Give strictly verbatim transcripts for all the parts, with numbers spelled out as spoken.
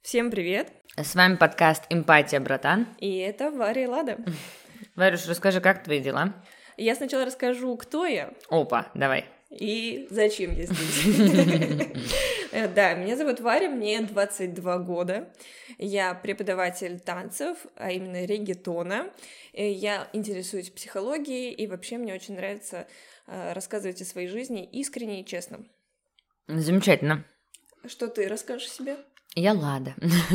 Всем привет! С вами подкаст «Эмпатия, братан». И это Варя и Лада. Варюш, расскажи, как твои дела? Я сначала расскажу, кто я. Опа, давай. И зачем я здесь. Да, меня зовут Варя, мне двадцать два года. Я преподаватель танцев, а именно реггетона. Я интересуюсь психологией, и вообще мне очень нравится рассказывать о своей жизни искренне и честно. Замечательно. Что ты расскажешь о себе? Я Лада.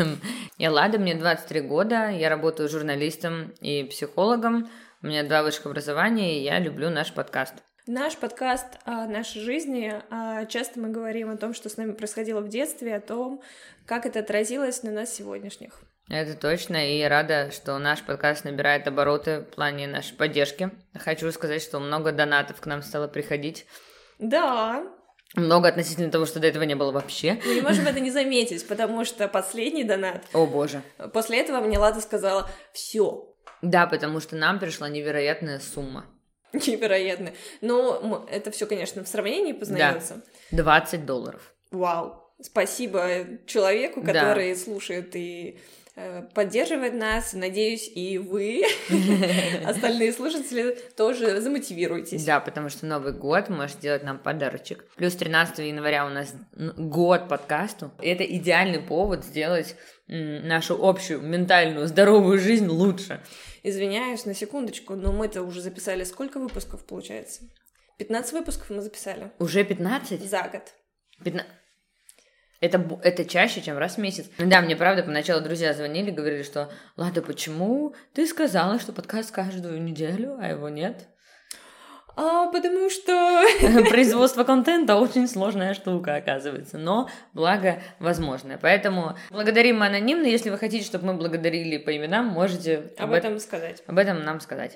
Я Лада, мне двадцать три года, я работаю журналистом и психологом, у меня два высших образования, и я люблю наш подкаст. Наш подкаст о нашей жизни. Часто мы говорим о том, что с нами происходило в детстве, о том, как это отразилось на нас сегодняшних. Это точно, и рада, что наш подкаст набирает обороты в плане нашей поддержки. Хочу сказать, что много донатов к нам стало приходить. Да. Много относительно того, что до этого не было вообще. Мы не можем это не заметить, потому что последний донат... О боже. После этого мне Лада сказала «всё». Да, потому что нам пришла невероятная сумма. Невероятно. Но это все, конечно, в сравнении познается. Да. двадцать долларов. Вау. Спасибо человеку, который да. слушает и э, поддерживает нас. Надеюсь, и вы, остальные слушатели, тоже замотивируйтесь. Да, потому что Новый год может сделать нам подарочек. Плюс тринадцатого января у нас год подкасту. И это идеальный повод сделать м, нашу общую ментальную здоровую жизнь лучше. Извиняюсь на секундочку, но мы-то уже записали сколько выпусков, получается? пятнадцать выпусков мы записали. Уже пятнадцать? За год. пятнадцать. Это, это чаще, чем раз в месяц. Да, мне правда поначалу друзья звонили, говорили, что «Лада, почему ты сказала, что подкаст каждую неделю, а его нет?» А, потому что... Производство контента очень сложная штука, оказывается, но благо возможное. Поэтому благодарим мы анонимно. Если вы хотите, чтобы мы благодарили по именам, можете об, об этом сказать. Об этом нам сказать.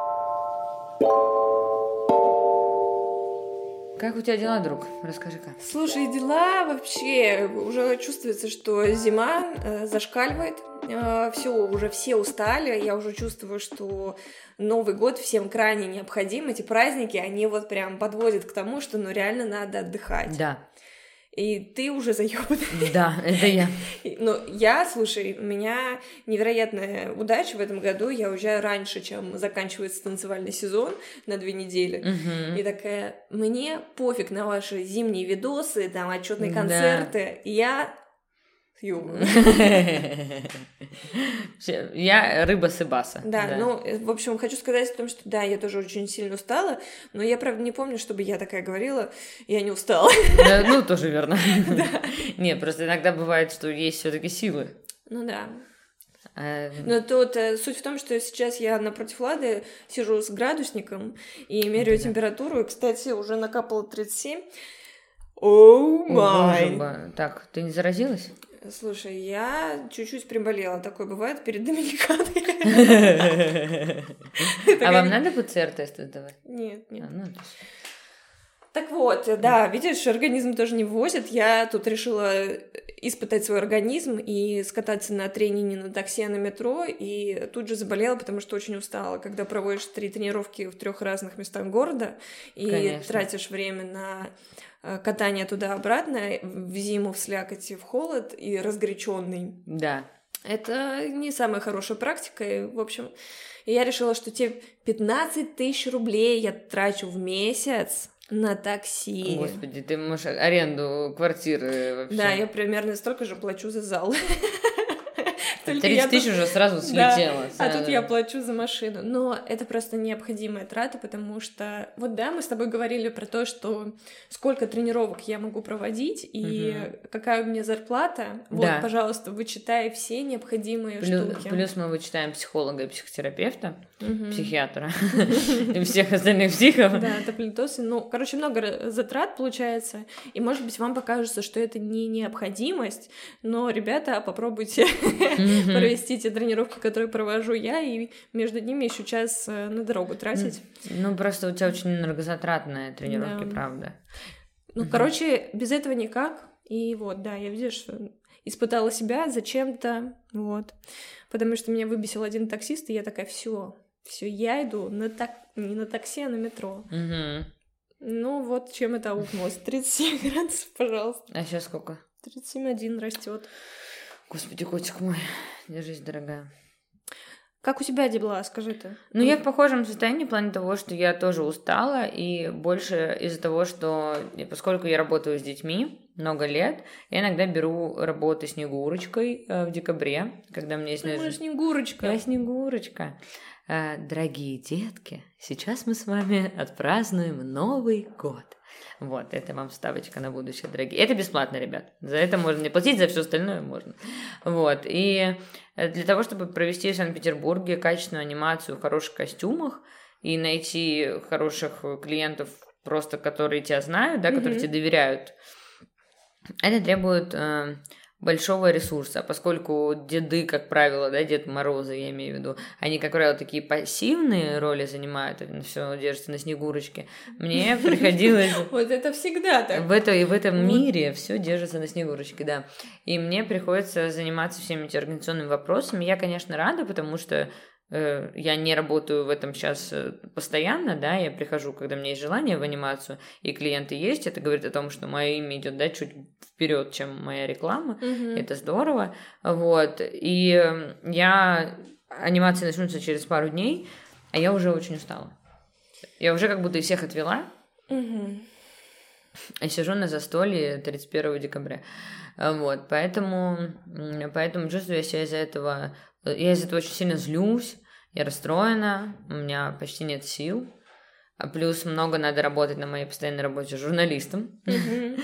Как у тебя дела, друг? Расскажи-ка. Слушай, дела вообще... Уже чувствуется, что зима э, зашкаливает. Э, все, уже все устали. Я уже чувствую, что Новый год всем крайне необходим. Эти праздники, они вот прям подводят к тому, что ну реально надо отдыхать. Да. И ты уже заёбанный. Да, это я. Ну, я, слушай, у меня невероятная удача в этом году. Я уезжаю раньше, чем заканчивается танцевальный сезон на две недели. Угу. И такая, мне пофиг на ваши зимние видосы, там, отчетные концерты. Да. Я... Я рыба с Ибаса. Да, да, ну, в общем, хочу сказать о том, что да, я тоже очень сильно устала, но я, правда, не помню, чтобы я такая говорила, я не устала. Да, ну, тоже верно. Да. Не, просто иногда бывает, что есть все-таки силы. Ну да. А... Но тут э, суть в том, что сейчас я напротив Лады сижу с градусником и меряю да. температуру, и, кстати, уже накапало тридцать семь. Оу май! Так, ты не заразилась? Слушай, я чуть-чуть приболела, такое бывает перед Доминиканой. А вам надо ПЦР-тест сдавать? Нет, нет. Так вот, да, видишь, организм тоже не ввозит. Я тут решила испытать свой организм и скататься на тренине на такси, а на метро, и тут же заболела, потому что очень устала. Когда проводишь три тренировки в трех разных местах города и Конечно. Тратишь время на катание туда-обратно, в зиму, в слякоти, в холод и разгоряченный. Да. Это не самая хорошая практика, и, в общем, я решила, что те пятнадцать тысяч рублей я трачу в месяц на такси. Господи, ты можешь аренду квартиры вообще. Да, я примерно столько же плачу за зал. тридцать тысяч уже сразу слетело. Да, а тут я плачу за машину. Но это просто необходимая трата, потому что... Вот да, мы с тобой говорили про то, что сколько тренировок я могу проводить и угу. какая у меня зарплата. Вот, да. пожалуйста, вычитай все необходимые плюс, штуки. Плюс мы вычитаем психолога и психотерапевта, угу. психиатра и всех остальных психов. Да, таблетосы. Ну, короче, много затрат получается. И, может быть, вам покажется, что это не необходимость, но, ребята, попробуйте... Mm-hmm. провести те тренировки, которые провожу я, и между ними еще час на дорогу тратить. Ну, просто у тебя очень энергозатратные тренировки, да. правда. Ну, mm-hmm. короче, без этого никак. И вот, да, я, видишь, испытала себя зачем-то, вот. Потому что меня выбесил один таксист, и я такая, все, все, я иду на так... не на такси, а на метро. Mm-hmm. Ну, вот чем это аукнулось. тридцать семь градусов, пожалуйста. А сейчас сколько? тридцать семь один растет. Господи, котик мой, держись, дорогая. Как у тебя дела, скажи ты? Ну, я в похожем состоянии в плане того, что я тоже устала, и больше из-за того, что поскольку я работаю с детьми много лет, я иногда беру работы Снегурочкой в декабре, когда мне есть... Ну, Снегурочка. Я Снегурочка. Дорогие детки, сейчас мы с вами отпразднуем Новый год. Вот, это вам вставочка на будущее, дорогие. Это бесплатно, ребят. За это можно не платить, за все остальное можно. Вот, и для того, чтобы провести в Санкт-Петербурге качественную анимацию в хороших костюмах и найти хороших клиентов, просто которые тебя знают, да, mm-hmm. которые тебе доверяют, это требует э, большого ресурса, поскольку деды, как правило, да, Дед Морозы, я имею в виду, они, как правило, такие пассивные роли занимают, все держится на Снегурочке. Мне приходилось... Вот это всегда так. В этом мире все держится на Снегурочке, да. И мне приходится заниматься всеми этими организационными вопросами. Я, конечно, рада, потому что я не работаю в этом сейчас постоянно, да, я прихожу, когда у меня есть желание в анимацию, и клиенты есть, это говорит о том, что мое имя идет, да, чуть вперед, чем моя реклама, mm-hmm. это здорово, вот, и я, анимация начнется через пару дней, а я уже очень устала, я уже как будто всех отвела, mm-hmm. и сижу на застолье тридцать первого декабря, вот, поэтому, поэтому чувствую я себя из-за этого, я из-за этого очень сильно злюсь, я расстроена, у меня почти нет сил, а плюс много надо работать на моей постоянной работе журналистом, mm-hmm.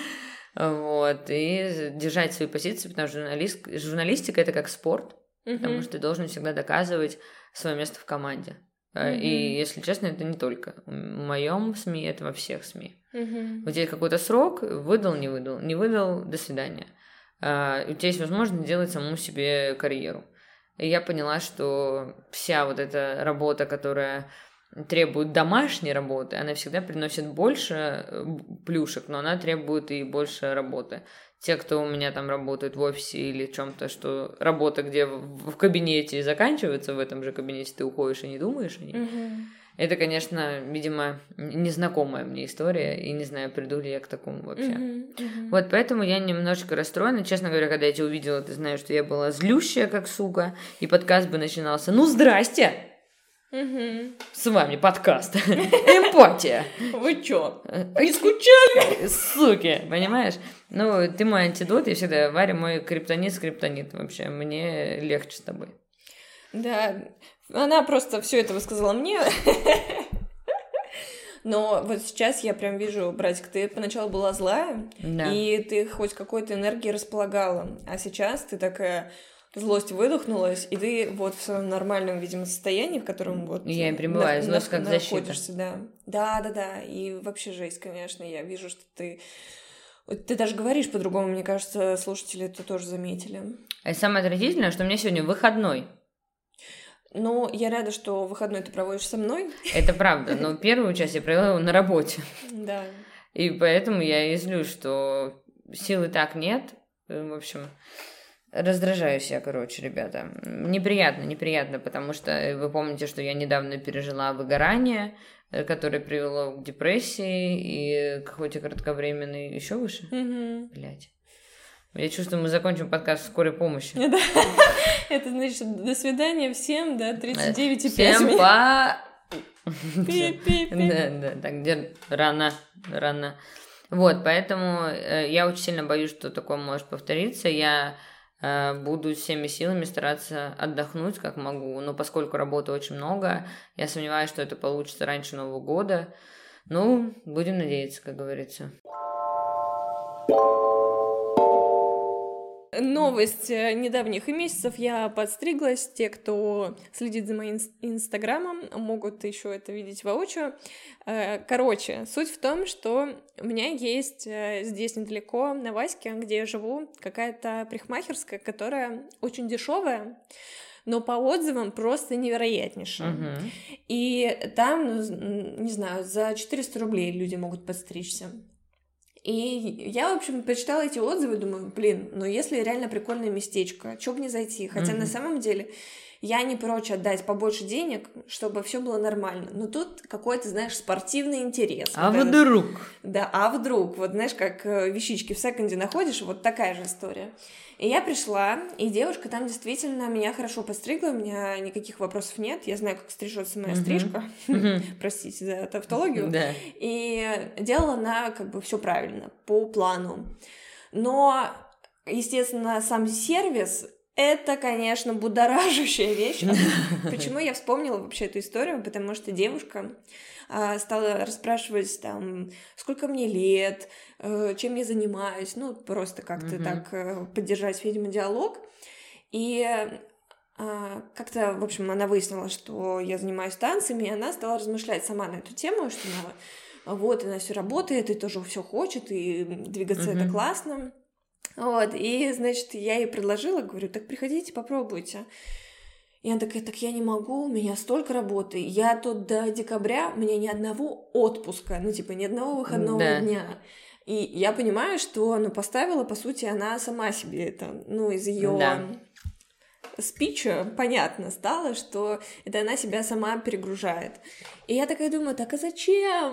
вот, и держать свои позиции, потому что журналист, журналистика — это как спорт, mm-hmm. потому что ты должен всегда доказывать свое место в команде, mm-hmm. и, если честно, это не только в моем СМИ, это во всех СМИ. Mm-hmm. У тебя есть какой-то срок, выдал, не выдал, не выдал, до свидания. Uh, у тебя есть возможность делать самому себе карьеру. И я поняла, что вся вот эта работа, которая требует домашней работы, она всегда приносит больше плюшек, но она требует и больше работы. Те, кто у меня там работают в офисе или в чем-то, что работа, где в кабинете заканчивается, в этом же кабинете ты уходишь и не думаешь о ней. Mm-hmm. Это, конечно, видимо, незнакомая мне история, и не знаю, приду ли я к такому вообще. Uh-huh, uh-huh. Вот поэтому я немножечко расстроена. Честно говоря, когда я тебя увидела, ты знаешь, что я была злющая, как сука, и подкаст бы начинался. Ну, здрасте! Uh-huh. С вами подкаст. Эмпатия. Вы чё, не скучали? Суки, понимаешь? Ну, ты мой антидот, я всегда, Варя, мой криптонит, скриптонит вообще. Мне легче с тобой. Да, она просто все это высказала мне. Но вот сейчас я прям вижу, братик, ты поначалу была злая, да. и ты хоть какой-то энергией располагала, а сейчас ты такая... Злость выдохнулась, и ты вот в своем нормальном, видимо, состоянии, в котором вот... Я и пребываю, на, злость на, как защита. Да. да, да, да, и вообще жесть, конечно, я вижу, что ты... Ты даже говоришь по-другому, мне кажется, слушатели это тоже заметили. А самое отвратительное, что у меня сегодня выходной. Ну, я рада, что выходной ты проводишь со мной. Это правда, но первую часть я провела его на работе. Да. И поэтому я и злюсь, что сил и так нет, в общем... Раздражаюсь я, короче, ребята. Неприятно, неприятно, потому что вы помните, что я недавно пережила выгорание, которое привело к депрессии и какой-то кратковременной еще выше. Mm-hmm. Блять. Я чувствую, мы закончим подкаст скорой помощи. Это значит, до свидания всем, да, тридцать девять и пять. Всем по... Да, да, так, где рано, рано. Вот, поэтому я очень сильно боюсь, что такое может повториться. Я... Буду всеми силами стараться отдохнуть, как могу. Но поскольку работы очень много, я сомневаюсь, что это получится раньше Нового года. Ну, будем надеяться, как говорится. Новость недавних месяцев. Я подстриглась. Те, кто следит за моим инстаграмом, могут еще это видеть воочию. Короче, суть в том, что у меня есть здесь недалеко, на Ваське, где я живу, какая-то парикмахерская, которая очень дешевая, но по отзывам просто невероятнейшая. Uh-huh. И там, ну, не знаю, за четыреста рублей люди могут подстричься. И я, в общем, почитала эти отзывы и думаю, блин, ну если реально прикольное местечко, чё бы не зайти? Хотя mm-hmm. на самом деле я не прочь отдать побольше денег, чтобы все было нормально. Но тут какой-то, знаешь, спортивный интерес. А вот вдруг? Этот. Да, а вдруг? Вот знаешь, как вещички в секонде находишь, вот такая же история. И я пришла, и девушка там действительно меня хорошо постригла, у меня никаких вопросов нет, я знаю, как стрижется моя mm-hmm. стрижка, mm-hmm. простите за тавтологию, yeah. и делала она как бы все правильно, по плану. Но, естественно, сам сервис — это, конечно, будоражащая вещь. Почему я вспомнила вообще эту историю? Потому что девушка стала расспрашивать, там, сколько мне лет, чем я занимаюсь, ну, просто как-то mm-hmm. так поддержать, видимо, диалог. И как-то, в общем, она выяснила, что я занимаюсь танцами, и она стала размышлять сама на эту тему, что она, вот, она все работает, и тоже все хочет, и двигаться mm-hmm. это классно. Вот, и, значит, я ей предложила, говорю, так приходите, попробуйте. И она такая, так я не могу, у меня столько работы, я тут до декабря, у меня ни одного отпуска, ну, типа, ни одного выходного да. дня. И я понимаю, что, ну, поставила, по сути, она сама себе это, ну, из ее да. спича понятно стало, что это она себя сама перегружает. И я такая думаю, так а зачем?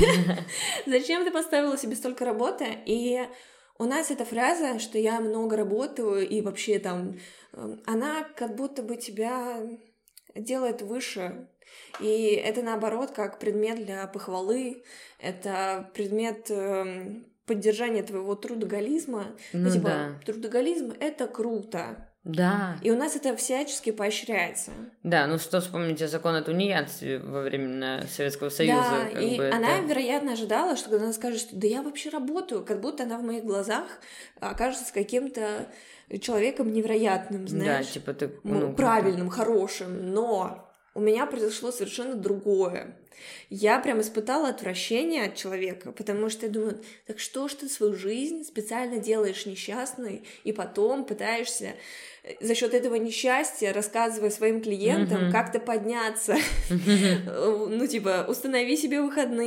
Зачем ты поставила себе столько работы? И у нас эта фраза, что я много работаю, и вообще там, она как будто бы тебя делает выше. И это, наоборот, как предмет для похвалы, это предмет поддержания твоего трудоголизма. Ну, и, типа, да. трудоголизм — это круто. Да. И у нас это всячески поощряется. Да, ну что вспомните закон о тунеядстве во времена Советского Союза. Да, как и бы она, это... вероятно, ожидала, что когда она скажет, что да я вообще работаю, как будто она в моих глазах окажется каким-то человеком невероятным, знаешь. Да, типа ты... Ну, правильным, хорошим, но у меня произошло совершенно другое. Я прям испытала отвращение от человека, потому что я думаю, так что ж ты свою жизнь специально делаешь несчастной, и потом пытаешься за счет этого несчастья, рассказывая своим клиентам, mm-hmm. как-то подняться. Mm-hmm. Ну, типа, установи себе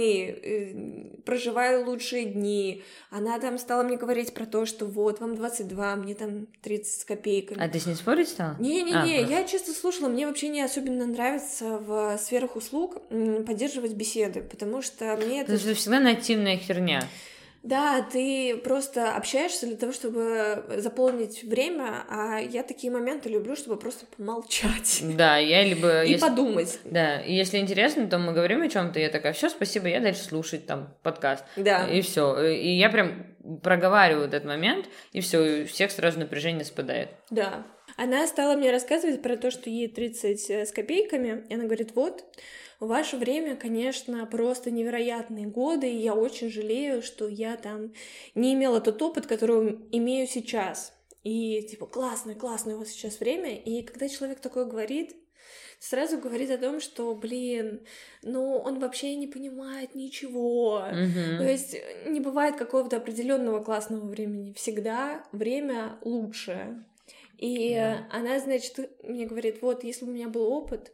выходные, проживай лучшие дни. Она там стала мне говорить про то, что вот, вам двадцать два, мне там тридцать с копейками. А ты с ней спорить стала? Не-не-не, а, я честно слушала, мне вообще не особенно нравится в сферах услуг поддерживать беседы, потому что мне это... Потому что всегда нативная херня. Да, ты просто общаешься для того, чтобы заполнить время, а я такие моменты люблю, чтобы просто помолчать. Да, я либо... И если... подумать. Да, и если интересно, то мы говорим о чем-то, я такая, все, спасибо, я дальше слушать там подкаст. Да. И все. И я прям проговариваю этот момент, и все, у всех сразу напряжение спадает. Да. Она стала мне рассказывать про то, что ей тридцать с копейками, и она говорит, вот... В ваше время, конечно, просто невероятные годы, и я очень жалею, что я там не имела тот опыт, который имею сейчас. И типа, классное, классное у вас сейчас время. И когда человек такое говорит, сразу говорит о том, что, блин, ну он вообще не понимает ничего. Mm-hmm. То есть не бывает какого-то определенного классного времени. Всегда время лучшее. И yeah. она, значит, мне говорит, вот, если бы у меня был опыт,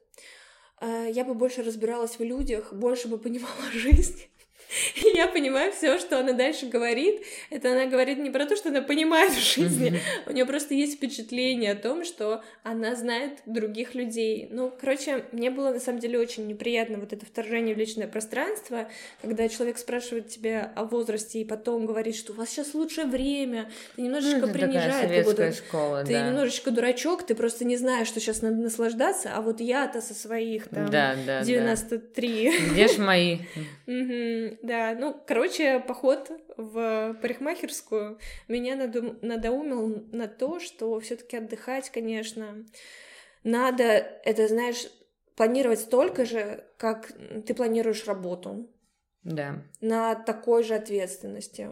я бы больше разбиралась в людях, больше бы понимала жизнь. И я понимаю все, что она дальше говорит. Это она говорит не про то, что она понимает в жизни. Mm-hmm. У нее просто есть впечатление о том, что она знает других людей. Ну, короче, мне было на самом деле очень неприятно вот это вторжение в личное пространство, когда человек спрашивает тебя о возрасте и потом говорит, что у вас сейчас лучшее время, ты немножечко ну, принижает. Такая советская школа, ты да. немножечко дурачок, ты просто не знаешь, что сейчас надо наслаждаться, а вот я-то со своих там да, да, девяносто три. Да. Где ж мои? Да, ну, короче, поход в парикмахерскую меня надум... надоумил на то, что все-таки отдыхать, конечно, надо, это, знаешь, планировать столько же, как ты планируешь работу. Да. На такой же ответственности.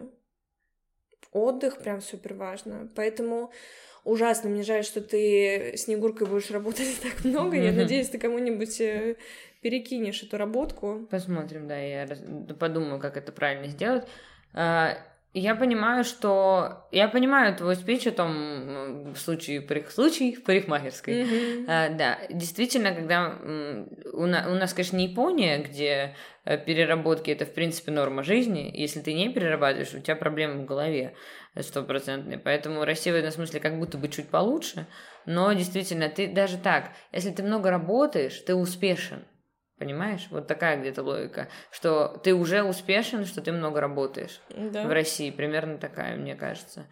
Отдых прям супер важно. Поэтому ужасно, мне жаль, что ты Снегуркой будешь работать так много. Mm-hmm. Я надеюсь, ты кому-нибудь перекинешь эту работку. Посмотрим, да, я подумаю, как это правильно сделать. Я понимаю, что... Я понимаю твой спич о том, в случае, в случае в парикмахерской. Mm-hmm. А, да, действительно, когда... У нас, у нас, конечно, не Япония, где переработки — это, в принципе, норма жизни. Если ты не перерабатываешь, у тебя проблемы в голове стопроцентные. Поэтому Россия в этом смысле как будто бы чуть получше. Но, действительно, ты даже так, если ты много работаешь, ты успешен. Понимаешь? Вот такая где-то логика, что ты уже успешен, что ты много работаешь. Да. В России примерно такая, мне кажется.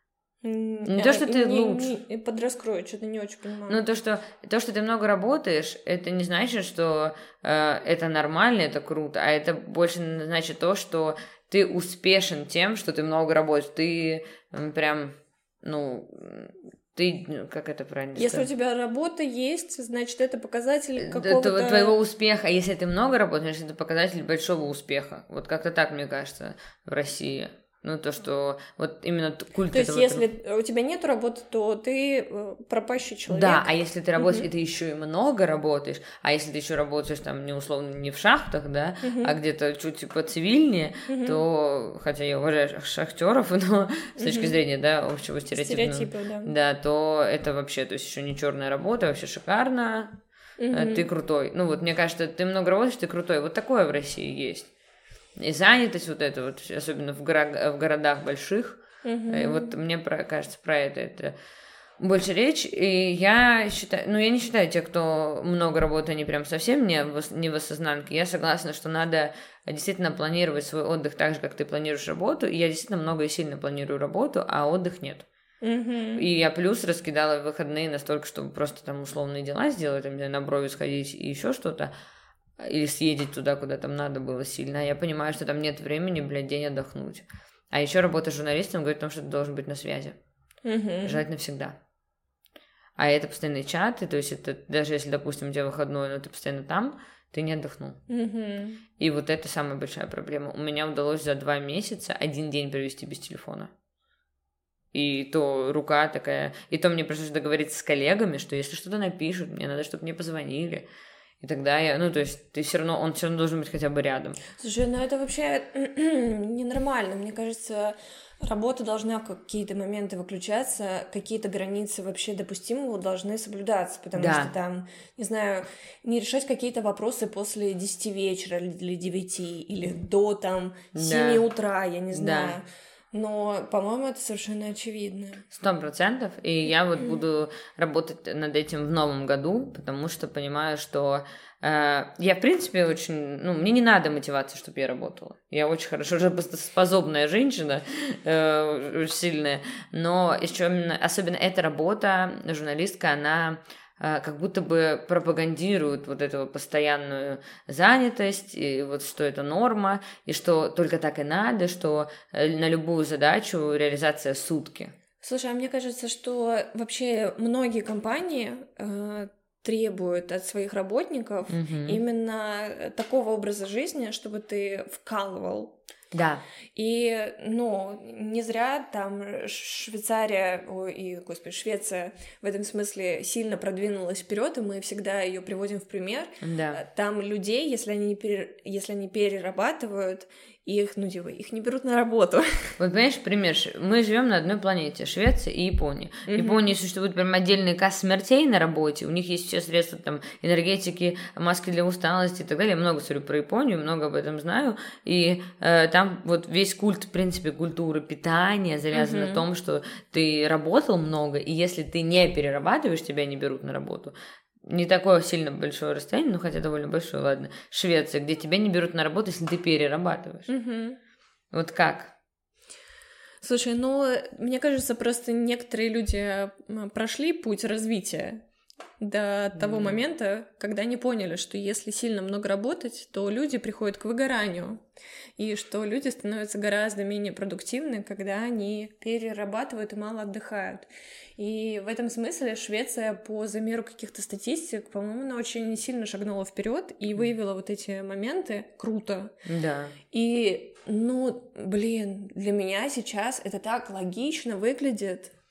Не а, то, что ты не, лучше. Не, подраскрою, что-то не очень понимаю. Ну, то что, то, что ты много работаешь, это не значит, что э, это нормально, это круто, а это больше значит то, что ты успешен тем, что ты много работаешь. Ты э, прям, ну... Ты, как это правильно Если сказать? у тебя работа есть, значит, это показатель какого-то... Это твоего успеха. А если ты много работаешь, это показатель большого успеха. Вот как-то так, мне кажется, в России. Ну, то, что вот именно культ То есть, этого... если у тебя нет работы, то ты пропащий человек. Да, а если ты работаешь, uh-huh. и ты еще и много работаешь, а если ты еще работаешь там, не условно, не в шахтах, да, uh-huh. а где-то чуть типа цивильнее, uh-huh. то, хотя я уважаю шахтеров, но с точки uh-huh. зрения, да, общего стереотипа, Стереотипы, да. да, то это вообще, то есть еще не черная работа, вообще шикарно, uh-huh. ты крутой. Ну вот, мне кажется, ты много работаешь, ты крутой. Вот такое в России есть. И занятость вот эта вот, особенно в, горо- в городах больших, uh-huh. вот мне про, кажется, про это, это больше речь. И я считаю, ну я не считаю тех, кто много работает, они прям совсем не в, не в осознанке. Я согласна, что надо действительно планировать свой отдых так же, как ты планируешь работу. И я действительно много и сильно планирую работу, а отдых нет. Uh-huh. И я плюс раскидала выходные настолько, чтобы просто там условные дела сделать, там, на брови сходить и еще что-то. Или съездить туда, куда там надо было сильно. А я понимаю, что там нет времени, блядь, день отдохнуть. А еще работа журналистом говорит о том, что ты должен быть на связи. Uh-huh. Желательно всегда. А это постоянные чаты, то есть это даже если, допустим, у тебя выходной, но ты постоянно там, ты не отдохнул. Uh-huh. И вот это самая большая проблема. У меня удалось за два месяца один день провести без телефона. И то рука такая... И то мне пришлось договориться с коллегами, что если что-то напишут, мне надо, чтобы мне позвонили. И тогда я, ну, то есть ты все равно, он все равно должен быть хотя бы рядом. Слушай, ну это вообще ненормально. Мне кажется, работа должна в какие-то моменты выключаться, какие-то границы вообще допустимого должны соблюдаться, потому да. что там, не знаю, не решать какие-то вопросы после десяти вечера или девяти, или до там семи да. утра, я не знаю. Да. Но, по-моему, это совершенно очевидно. Сто процентов. И я вот буду работать над этим в новом году, потому что понимаю, что э, я, в принципе, очень... Ну, мне не надо мотивации, чтобы я работала. Я очень хорошо работоспособная женщина, э, очень сильная. Но еще именно, особенно эта работа, журналистка, она... как будто бы пропагандируют вот эту постоянную занятость, и вот что это норма, и что только так и надо, что на любую задачу реализация сутки. Слушай, а мне кажется, что вообще многие компании э, требуют от своих работников угу. именно такого образа жизни, чтобы ты вкалывал. Да. И, ну, не зря там Швейцария, ой, и, господи, Швеция в этом смысле сильно продвинулась вперед, и мы всегда ее приводим в пример. Да. Там людей, если они, пере... если они перерабатывают, их, ну, типа, их не берут на работу. Вот, понимаешь, пример, мы живем на одной планете, Швеция и Япония. В mm-hmm. Японии существуют прям отдельные кассы смертей на работе, у них есть все средства там энергетики, маски для усталости и так далее. Я много смотрю про Японию, много об этом знаю, и э, там вот весь культ, в принципе, культуры питания завязан mm-hmm. на том, что ты работал много, и если ты не перерабатываешь, тебя не берут на работу. Не такое сильно большое расстояние, но хотя довольно большое, ладно. Швеция, где тебя не берут на работу, если ты перерабатываешь. Угу. Вот как? Слушай, ну, мне кажется, просто некоторые люди прошли путь развития до того mm. момента, когда они поняли, что если сильно много работать, то люди приходят к выгоранию, и что люди становятся гораздо менее продуктивны, когда они перерабатывают и мало отдыхают. И в этом смысле Швеция, по замеру каких-то статистик, по-моему, она очень сильно шагнула вперед и выявила вот эти моменты круто. Да. И, ну, блин, для меня сейчас это так логично выглядит.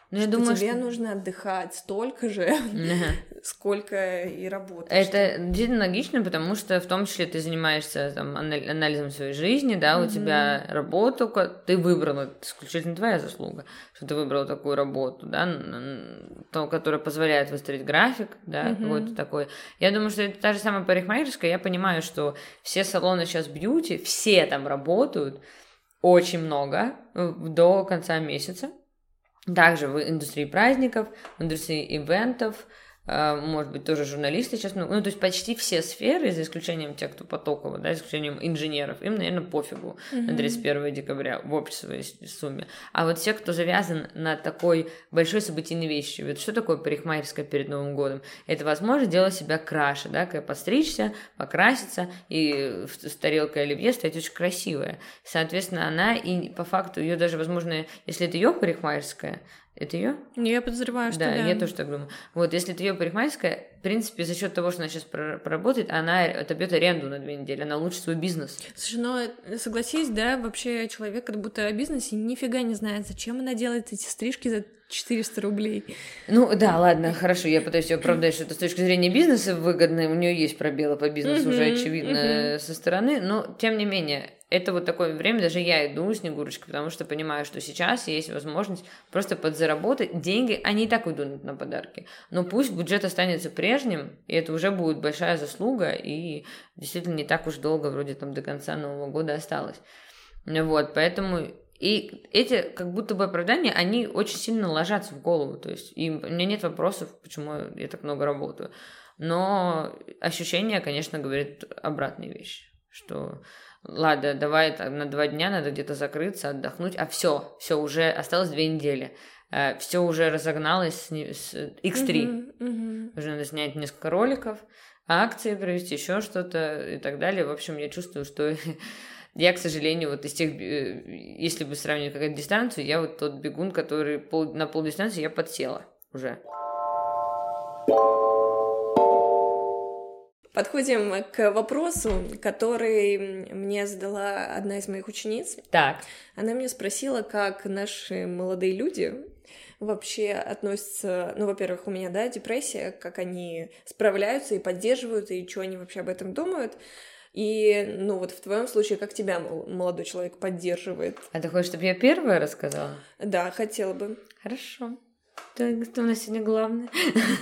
Ну, я что думаю, тебе что... нужно отдыхать столько же, uh-huh. сколько и работаешь. Это действительно логично, потому что в том числе ты занимаешься там, анализом своей жизни, да, uh-huh. у тебя работа, ты выбрала, это исключительно твоя заслуга, что ты выбрала такую работу, да, то, которая позволяет выстроить график, да, uh-huh. вот такой. Я думаю, что это та же самая парикмахерская, я понимаю, что все салоны сейчас бьюти, все там работают очень много до конца месяца. Также в индустрии праздников, в индустрии ивентов, может быть, тоже журналисты сейчас, ну, то есть почти все сферы, за исключением тех, кто потоково, да, за исключением инженеров, им, наверное, пофигу mm-hmm. на тридцать первого декабря в общей своей сумме. А вот все, кто завязан на такой большой событийной вещи, вот что такое парикмахерская перед Новым годом? Это возможность делать себя краше, да, когда подстричься, покраситься, и с тарелкой оливье стоять очень красивая. Соответственно, она, и по факту ее даже, возможно, если это ее парикмахерская, это ее? Я подозреваю, что да. Да, я тоже так думаю. Вот, если это ее парикмахерская, в принципе, за счет того, что она сейчас проработает, она отобьет аренду на две недели, она улучшит свой бизнес. Слушай, ну, согласись, да, вообще человек как будто о бизнесе нифига не знает, зачем она делает эти стрижки за четыреста рублей. Ну, да, ладно, хорошо, я пытаюсь ее оправдать, что это с точки зрения бизнеса выгодно, у нее есть пробелы по бизнесу uh-huh, уже очевидно uh-huh. со стороны, но, тем не менее, это вот такое время, даже я иду, Снегурочка, потому что понимаю, что сейчас есть возможность просто подзаработать. Деньги, они и так уйдут на подарки. Но пусть бюджет останется прежним, и это уже будет большая заслуга, и действительно не так уж долго, вроде там до конца Нового года осталось. Вот, поэтому... И эти как будто бы оправдания, они очень сильно ложатся в голову. То есть и у меня нет вопросов, почему я так много работаю. Но ощущение, конечно, говорит обратные вещи, что... Ладно, давай на два дня надо где-то закрыться, отдохнуть, а все, все, уже осталось две недели, все уже разогналось с, с икс три, uh-huh, uh-huh. уже надо снять несколько роликов, акции провести, еще что-то и так далее. В общем, я чувствую, что я, к сожалению, вот из тех, если бы сравнивать какую-то дистанцию, я вот тот бегун, который пол, на полдистанции я подсела уже. Подходим к вопросу, который мне задала одна из моих учениц. Так. Она меня спросила, как наши молодые люди вообще относятся... Ну, во-первых, у меня, да, депрессия, как они справляются и поддерживают, и что они вообще об этом думают. И, ну, вот в твоем случае, как тебя молодой человек поддерживает? А ты хочешь, чтобы я первая рассказала? Да, хотела бы. Хорошо. Кто у нас сегодня главный?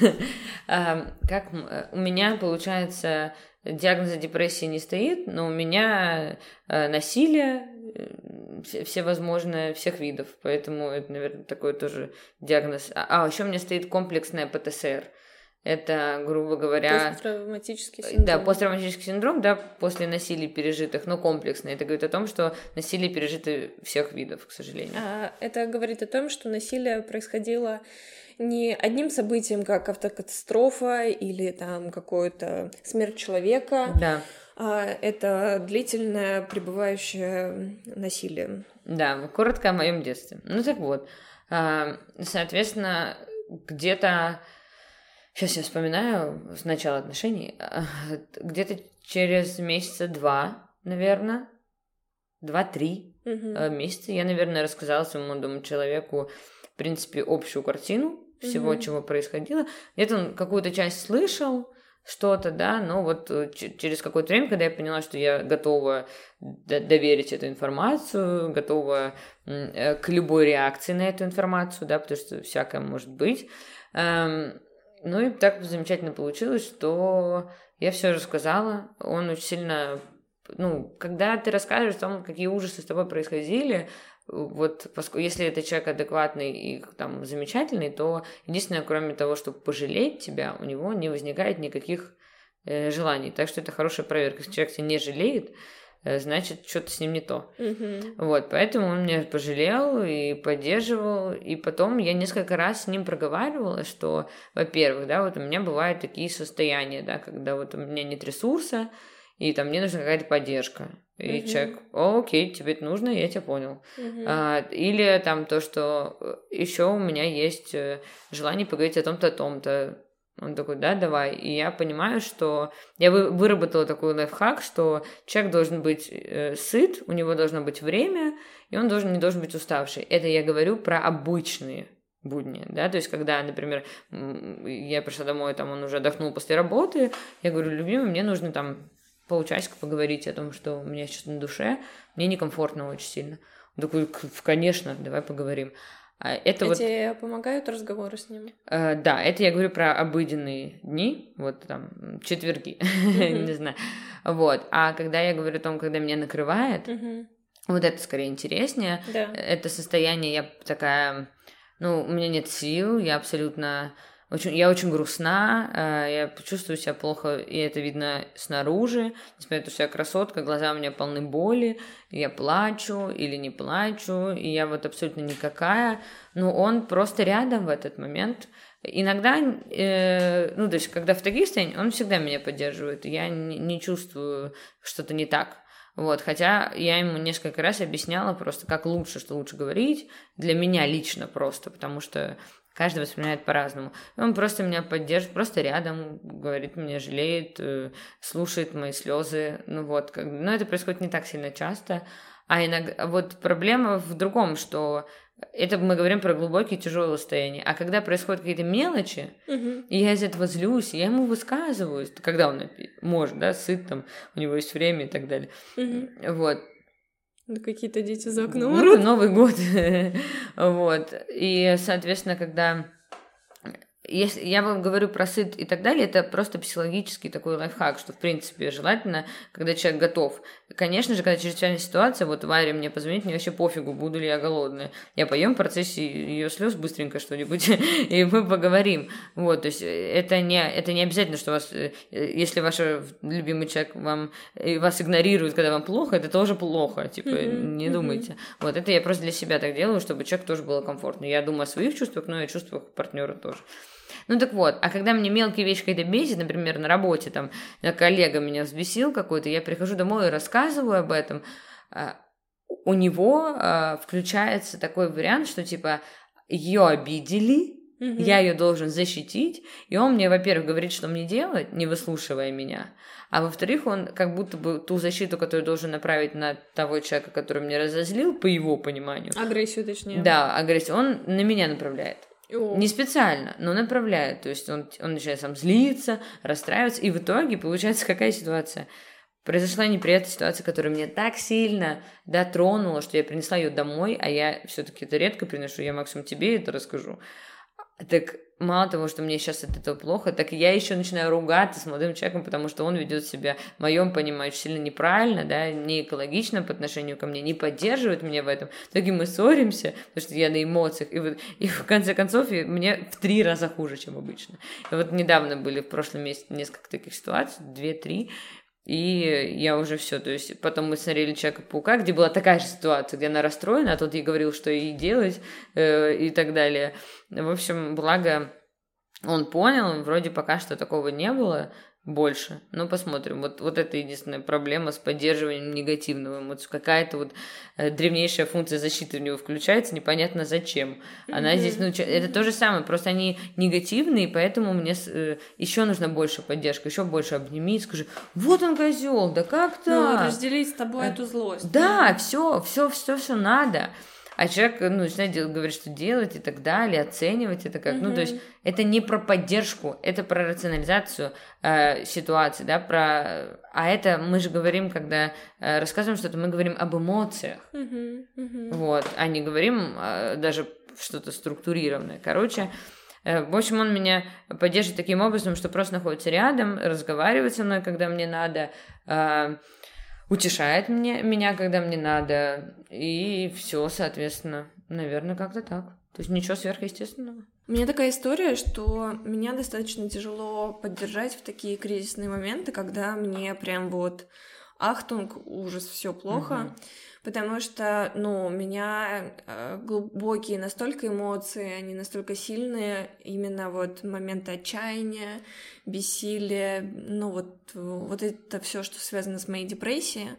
Как у меня, получается, диагноза депрессии не стоит, но у меня насилие всевозможное, всех видов, поэтому это, наверное, такой тоже диагноз. А, а еще у меня стоит комплексная пэ тэ эс эр. Это, грубо говоря... Посттравматический синдром. Да, посттравматический синдром, да, после насилий пережитых, но комплексный. Это говорит о том, что насилие пережито всех видов, к сожалению. А это говорит о том, что насилие происходило не одним событием, как автокатастрофа или там какое-то смерть человека. Да. А это длительное пребывающее насилие. Да, коротко о моем детстве. Ну так вот, соответственно, где-то... Сейчас я вспоминаю с начала отношений. Где-то через месяца два, наверное, два-три uh-huh. месяца я, наверное, рассказала своему молодому человеку, в принципе, общую картину всего, uh-huh. чего происходило. Где-то он какую-то часть слышал, что-то, да, но вот через какое-то время, когда я поняла, что я готова доверить эту информацию, готова к любой реакции на эту информацию, да, потому что всякое может быть. Ну и так замечательно получилось, что я все рассказала. Он очень сильно... Ну, когда ты расскажешь о том, какие ужасы с тобой происходили, вот если это человек адекватный и там замечательный, то единственное, кроме того, чтобы пожалеть тебя, у него не возникает никаких э, желаний. Так что это хорошая проверка. Если человек тебя не жалеет, значит, что-то с ним не то. Uh-huh. Вот, поэтому он меня пожалел и поддерживал, и потом я несколько раз с ним проговаривала, что, во-первых, да, вот у меня бывают такие состояния, да, когда вот у меня нет ресурса, и там мне нужна какая-то поддержка. И uh-huh. человек, о, окей, тебе это нужно, я тебя понял. Uh-huh. А, или там то, что еще у меня есть желание поговорить о том-то, о том-то. Он такой, да, давай. И я понимаю, что я вы, выработала такой лайфхак, что человек должен быть э, сыт, у него должно быть время, и он должен, не должен быть уставший. Это я говорю про обычные будни, да, то есть когда, например, я пришла домой, там он уже отдохнул после работы, я говорю, любимый, мне нужно там полчасика поговорить о том, что у меня сейчас на душе, мне некомфортно очень сильно. Он такой, конечно, давай поговорим. Это а вот... тебе помогают разговоры с ним? Uh, да, это я говорю про обыденные дни, вот там, четверги, uh-huh. не знаю, вот. А когда я говорю о том, когда меня накрывает, uh-huh. вот это скорее интереснее. Да. Это состояние, я такая, ну, у меня нет сил, я абсолютно... Очень, я очень грустна, я чувствую себя плохо, и это видно снаружи, несмотря на то, что я красотка, глаза у меня полны боли, я плачу или не плачу, и я вот абсолютно никакая, но он просто рядом в этот момент. Иногда, э, ну, то есть, когда в таких состояниях, он всегда меня поддерживает, и я не, не чувствую что-то не так. Вот, хотя я ему несколько раз объясняла просто, как лучше, что лучше говорить, для меня лично просто, потому что каждый воспринимает по-разному. И он просто меня поддерживает, просто рядом, говорит, меня жалеет, слушает мои слезы. Ну вот, как... но это происходит не так сильно часто. А иногда вот проблема в другом, что это мы говорим про глубокие тяжелые состояния. А когда происходят какие-то мелочи, угу. и я из этого злюсь, я ему высказываюсь, когда он может, да, сыт, там, у него есть время и так далее. Угу. Вот. Да какие-то дети за окном ну, орут. Новый год. Вот. И, соответственно, когда... Если я вам говорю про сыт и так далее, это просто психологический такой лайфхак, что, в принципе, желательно, когда человек готов. Конечно же, когда чрезвычайная ситуация, вот Варя мне позвонит, мне вообще пофигу, буду ли я голодная. Я поем в процессе ее слез быстренько что-нибудь, и мы поговорим. Вот, то есть это не, это не обязательно, что вас, если ваш любимый человек вам, вас игнорирует, когда вам плохо, это тоже плохо, типа, mm-hmm. не думайте. Mm-hmm. Вот, это я просто для себя так делаю, чтобы человеку тоже было комфортно. Я думаю о своих чувствах, но и о чувствах партнера тоже. Ну так вот, а когда мне мелкие вещи какие-то бесит, например, на работе, там, коллега меня взбесил какой-то, я прихожу домой и рассказываю об этом, у него включается такой вариант, что, типа, ее обидели, mm-hmm. я ее должен защитить, и он мне, во-первых, говорит, что мне делать, не выслушивая меня, а во-вторых, он как будто бы ту защиту, которую должен направить на того человека, который меня разозлил, по его пониманию. Агрессию, точнее. Да, агрессию, он на меня направляет. О. Не специально, но направляет. То есть он, он начинает сам злиться, расстраиваться. И в итоге получается какая ситуация? Произошла неприятная ситуация, которая меня так сильно дотронула, что я принесла ее домой, а я все-таки это редко приношу, я максимум тебе это расскажу. Так мало того, что мне сейчас от этого плохо, так я еще начинаю ругаться с молодым человеком, потому что он ведет себя, в моем понимании, очень сильно неправильно, да, не экологично по отношению ко мне, не поддерживает меня в этом. В итоге мы ссоримся, потому что я на эмоциях, и, вот, и в конце концов мне в три раза хуже, чем обычно. И вот недавно были в прошлом месяце несколько таких ситуаций, две-три, и я уже все, то есть потом мы смотрели Человека-паука, где была такая же ситуация, где она расстроена, а тот ей говорил, что ей делать э, и так далее. В общем, благо он понял, вроде пока что такого не было больше, но посмотрим. Вот, вот это единственная проблема с поддерживанием негативного эмоции. Какая-то вот э, древнейшая функция защиты в него включается, непонятно зачем. Она mm-hmm. здесь, ну, это то же самое, просто они негативные, поэтому мне э, еще нужна больше поддержка, еще больше обними и скажи, вот он козел, да как так? Ну, разделить с тобой эту злость. Да, все, все, все, все надо. А человек, ну, начинает делать, говорить, что делать и так далее, оценивать это как, mm-hmm. ну, то есть это не про поддержку, это про рационализацию э, ситуации, да, про, а это мы же говорим, когда э, рассказываем что-то, мы говорим об эмоциях, mm-hmm. Mm-hmm. вот, а не говорим э, даже что-то структурированное, короче. Э, в общем, он меня поддерживает таким образом, что просто находится рядом, разговаривает со мной, когда мне надо, э, утешает мне, меня, когда мне надо, и все, соответственно, наверное, как-то так. То есть ничего сверхъестественного. У меня такая история, что меня достаточно тяжело поддержать в такие кризисные моменты, когда мне прям вот ахтунг, ужас, все плохо, угу. потому что, ну, у меня э, глубокие настолько эмоции, они настолько сильные, именно вот моменты отчаяния, бессилия, ну, вот, вот это все, что связано с моей депрессией,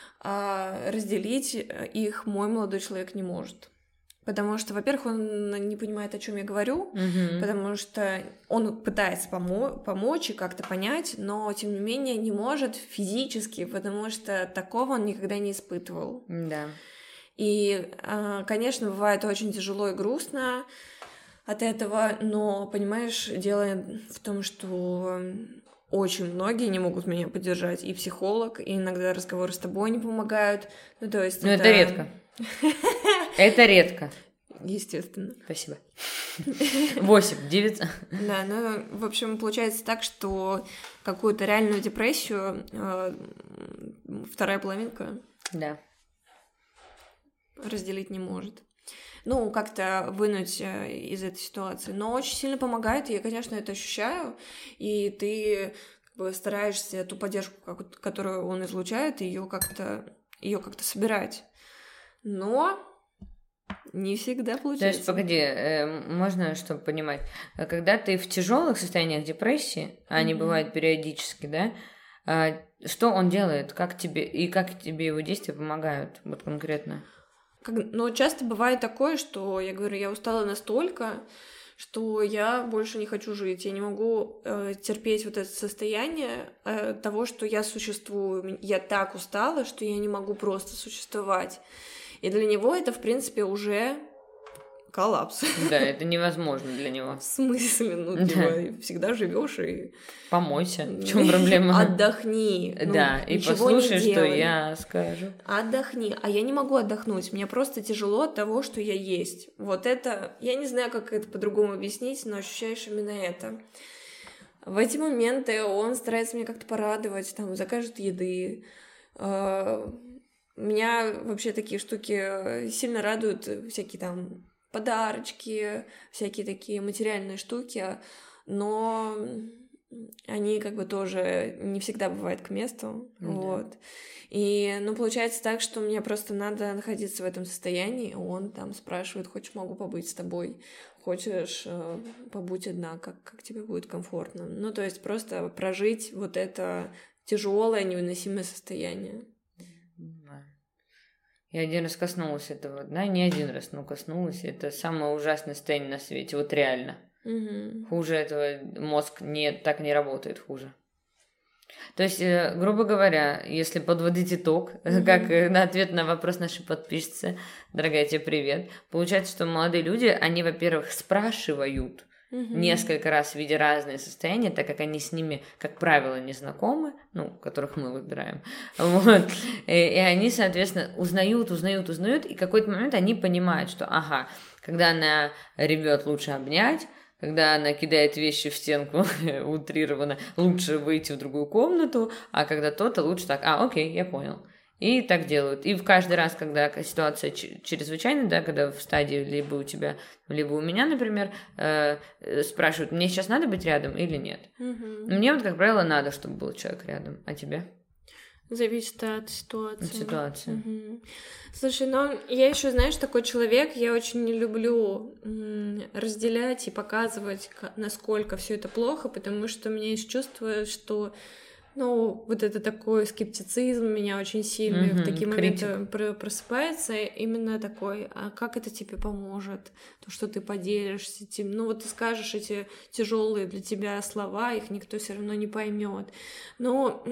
э, разделить их мой молодой человек не может. Потому что, во-первых, он не понимает, о чем я говорю, mm-hmm. потому что он пытается помо- помочь и как-то понять, но, тем не менее, не может физически, потому что такого он никогда не испытывал. Да. И, конечно, бывает очень тяжело и грустно, от этого, но, понимаешь, дело в том, что очень многие не могут меня поддержать, и психолог, и иногда разговоры с тобой не помогают, ну, то есть... Ну, это, это редко. Это редко. Естественно. Спасибо. Восемь, девять. Да, ну, в общем, получается так, что какую-то реальную депрессию э, вторая половинка да. разделить не может. Ну, как-то вынуть э, из этой ситуации. Но очень сильно помогает, и я, конечно, это ощущаю, и ты как бы стараешься ту поддержку, как, которую он излучает, ее как-то, ее как-то собирать. Но... Не всегда получается. То есть, погоди, э, можно, чтобы понимать, когда ты в тяжелых состояниях депрессии, а они mm-hmm. бывают периодически, да, э, что он делает, как тебе и как тебе его действия помогают, вот конкретно? Как, ну, часто бывает такое, что я говорю, я устала настолько, что я больше не хочу жить, я не могу э, терпеть вот это состояние э, того, что я существую, я так устала, что я не могу просто существовать. И для него это, в принципе, уже коллапс. Да, это невозможно для него. В смысле? Ну, типа, всегда живешь и... Помойся. В чем проблема? Отдохни. Да, и послушай, что я скажу. Отдохни. А я не могу отдохнуть. Мне просто тяжело от того, что я есть. Вот это... Я не знаю, как это по-другому объяснить, но ощущаешь именно это. В эти моменты он старается меня как-то порадовать, там, закажет еды. Меня вообще такие штуки сильно радуют, всякие там подарочки, всякие такие материальные штуки, но они как бы тоже не всегда бывают к месту, mm-hmm. вот. И, ну, получается так, что мне просто надо находиться в этом состоянии, он там спрашивает, хочешь, могу побыть с тобой, хочешь, побудь одна, как, как тебе будет комфортно. Ну, то есть просто прожить вот это тяжелое, невыносимое состояние. Я один раз коснулась этого, да, не один раз, но коснулась. Это самое ужасное состояние на свете, вот реально. Угу. Хуже этого мозг не, так не работает, хуже. То есть, э, грубо говоря, если подводить итог, угу. как на ответ на вопрос нашей подписчицы, дорогая, тебе привет, получается, что молодые люди, они, во-первых, спрашивают, Uh-huh. несколько раз, видя разные состояния, так как они с ними, как правило, не знакомы, ну, которых мы выбираем, вот, и, и они, соответственно, узнают, узнают, узнают, и в какой-то момент они понимают, что, ага, когда она ревет, лучше обнять, когда она кидает вещи в стенку, утрированно, лучше выйти в другую комнату, а когда то-то, лучше так, а, окей, я понял. И так делают. И в каждый раз, когда ситуация чрезвычайная, да, когда в стадии либо у тебя, либо у меня, например, э, спрашивают, мне сейчас надо быть рядом или нет. Угу. Мне вот, как правило, надо, чтобы был человек рядом. А тебе? Зависит от ситуации. От ситуации. Угу. Слушай, ну, я еще, знаешь, такой человек, я очень не люблю м- разделять и показывать, насколько все это плохо, потому что у меня есть чувство, что... Ну, вот это такой скептицизм у меня очень сильный mm-hmm, в такие моменты критик. Просыпается, именно такой, а как это тебе поможет, то, что ты поделишься этим, ну, вот ты скажешь эти тяжелые для тебя слова, их никто все равно не поймет. Но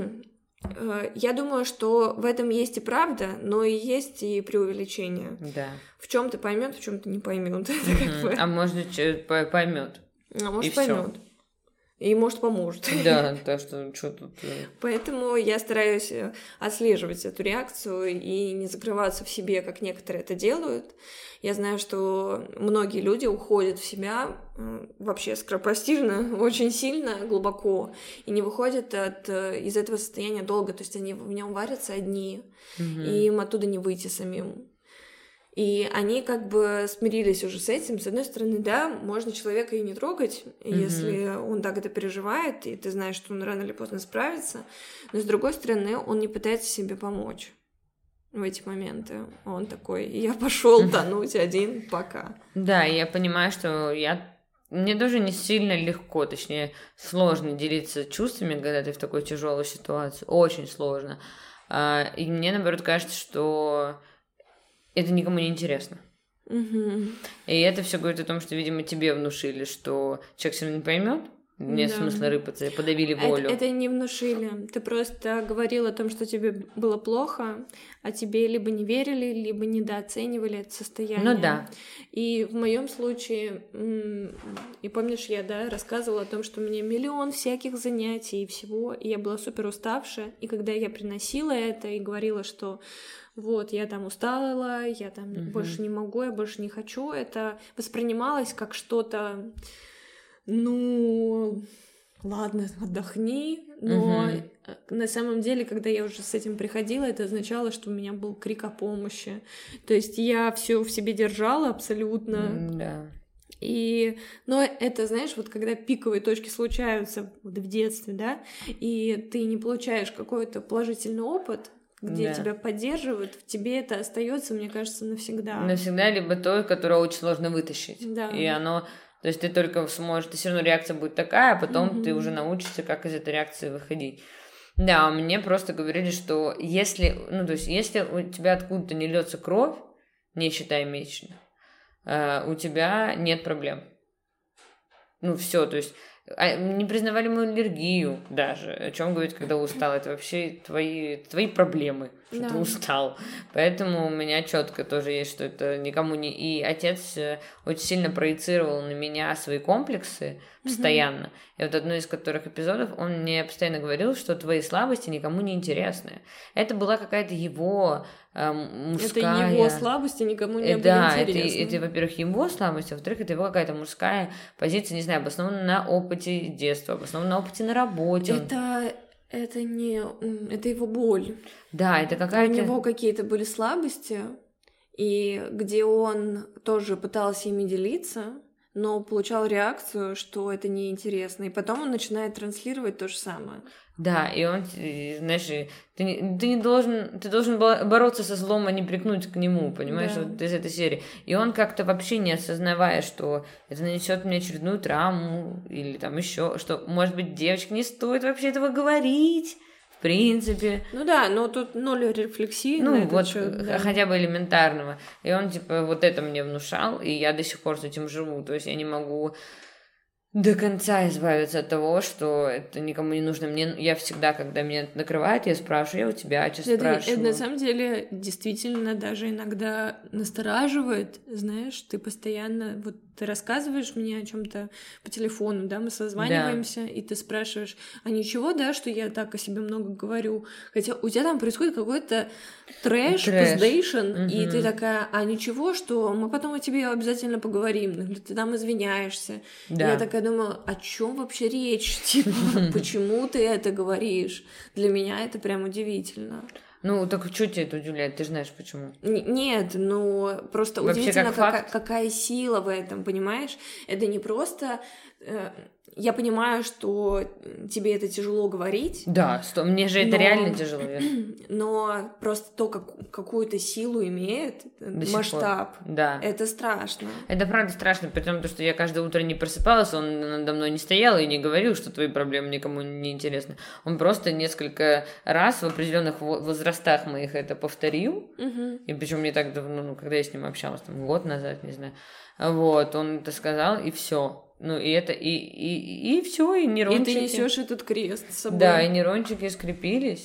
я думаю, что в этом есть и правда, но и есть и преувеличение. Да. В чем-то поймет, в чем-то не поймет. Mm-hmm. А может, поймет. А может, поймет. И, может, поможет. Да, так что что тут... Поэтому я стараюсь отслеживать эту реакцию и не закрываться в себе, как некоторые это делают. Я знаю, что многие люди уходят в себя вообще скоропостижно, очень сильно, глубоко, и не выходят от, из этого состояния долго. То есть они в нем варятся одни, угу. и им оттуда не выйти самим. И они как бы смирились уже с этим. С одной стороны, да, можно человека и не трогать, mm-hmm. если он так это переживает, и ты знаешь, что он рано или поздно справится. Но с другой стороны, он не пытается себе помочь в эти моменты. Он такой, я пошел тонуть один, пока. Да, я понимаю, что я... Мне тоже не сильно легко, точнее, сложно делиться чувствами, когда ты в такой тяжелой ситуации. Очень сложно. И мне, наоборот, кажется, что... это никому не интересно. Uh-huh. И это все говорит о том, что, видимо, тебе внушили, что человек все равно не поймет, Нет Да. смысла рыпаться, подавили волю. Это, это не внушили. Ты просто говорил о том, что тебе было плохо, а тебе либо не верили, либо недооценивали это состояние. Ну да. И в моем случае, м, и помнишь, я, да, рассказывала о том, что у меня миллион всяких занятий и всего, и я была супер уставшая, и когда я приносила это и говорила, что вот, я там устала, я там Мгм. больше не могу, я больше не хочу, это воспринималось как что-то, ну, ладно, отдохни, но Мгм. на самом деле, когда я уже с этим приходила, это означало, что у меня был крик о помощи. То есть я все в себе держала абсолютно. М, Да. И, но это, знаешь, вот когда пиковые точки случаются вот в детстве, да, и ты не получаешь какой-то положительный опыт, где Да. тебя поддерживают, в тебе это остается, мне кажется, навсегда. Навсегда, либо то, которое очень сложно вытащить. Да. И оно... То есть ты только сможешь... Ты все равно реакция будет такая, а потом Мгм. ты уже научишься, как из этой реакции выходить. Да, мне просто говорили, что если... Ну, то есть если у тебя откуда-то не льется кровь, не считая месячных, э, у тебя нет проблем. Ну, все, то есть... а, не признавали мою аллергию даже. О чем говорить, когда устал? Это вообще твои, твои проблемы, что Да. ты устал. Поэтому у меня четко тоже есть, что это никому не... И отец э, очень сильно проецировал на меня свои комплексы постоянно. И вот одно из которых эпизодов, он мне постоянно говорил, что твои слабости никому не интересны. Это была какая-то его э, мужская... Это его слабости никому не Э, были Да, это, интересны. это, во-первых, его слабость, а во-вторых, это его какая-то мужская позиция, не знаю, обоснована на опыте детства, обоснована на опыте на работе. Он- Это, это не... м, Это его боль. Да, это У какая-то... него какие-то были слабости, и где он тоже пытался ими делиться, но получал реакцию, что это неинтересно. И потом он начинает транслировать то же самое. Да, и он, и, знаешь, и ты, не- ты не должен, ты должен бо- бороться со злом, а не прикнуть к нему, понимаешь, Да. вот из этой серии. И он как-то вообще не осознавая, что это нанесет мне очередную травму, или там еще, что, может быть, девочке не стоит вообще этого говорить, в принципе. Ну да, но тут ноль рефлексии на Ну, этот вот счёт, х- да. хотя бы элементарного. И он, типа, вот это мне внушал, и я до сих пор с этим живу. То есть я не могу до конца избавиться от того, что это никому не нужно. Мне, я всегда, когда меня это накрывает, я спрашиваю, я у тебя сейчас Это, это спрашиваю. на самом деле действительно даже иногда настораживает, знаешь, ты постоянно, вот ты рассказываешь мне о чем-то по телефону, да, мы созваниваемся, и ты спрашиваешь, а ничего, да, что я так о себе много говорю, хотя у тебя там происходит какой-то трэш, Трэш. пиздейшн, и Мгм. ты такая, а ничего, что мы потом о тебе обязательно поговорим, или ты там извиняешься. И Да. я такая думаю, о чем вообще речь? Типа, почему ты это говоришь? Для меня это прям удивительно. Ну, так что тебя это удивляет? Ты же знаешь, почему. Н- Нет, ну просто Вообще, удивительно, как какая, факт. какая сила в этом, понимаешь? Это не просто... э, я понимаю, что тебе это тяжело говорить, Да, сто- мне же это Но- реально тяжело. я- но просто то, как, какую-то силу имеет э, До сих пор. масштаб, Да. это страшно. Это правда страшно, при том, что я каждое утро не просыпалась, он надо мной не стоял и не говорил, что твои проблемы никому не интересны. Он просто несколько раз в определенных во- возрастах моих это повторил. Мгм. И причем не так давно, ну, когда я с ним общалась, там, год назад, не знаю. Вот, он это сказал, и все. Ну, и это, и, и, и все, и И нейрончики. ты несешь этот крест с собой. Да, и нейрончики скрепились.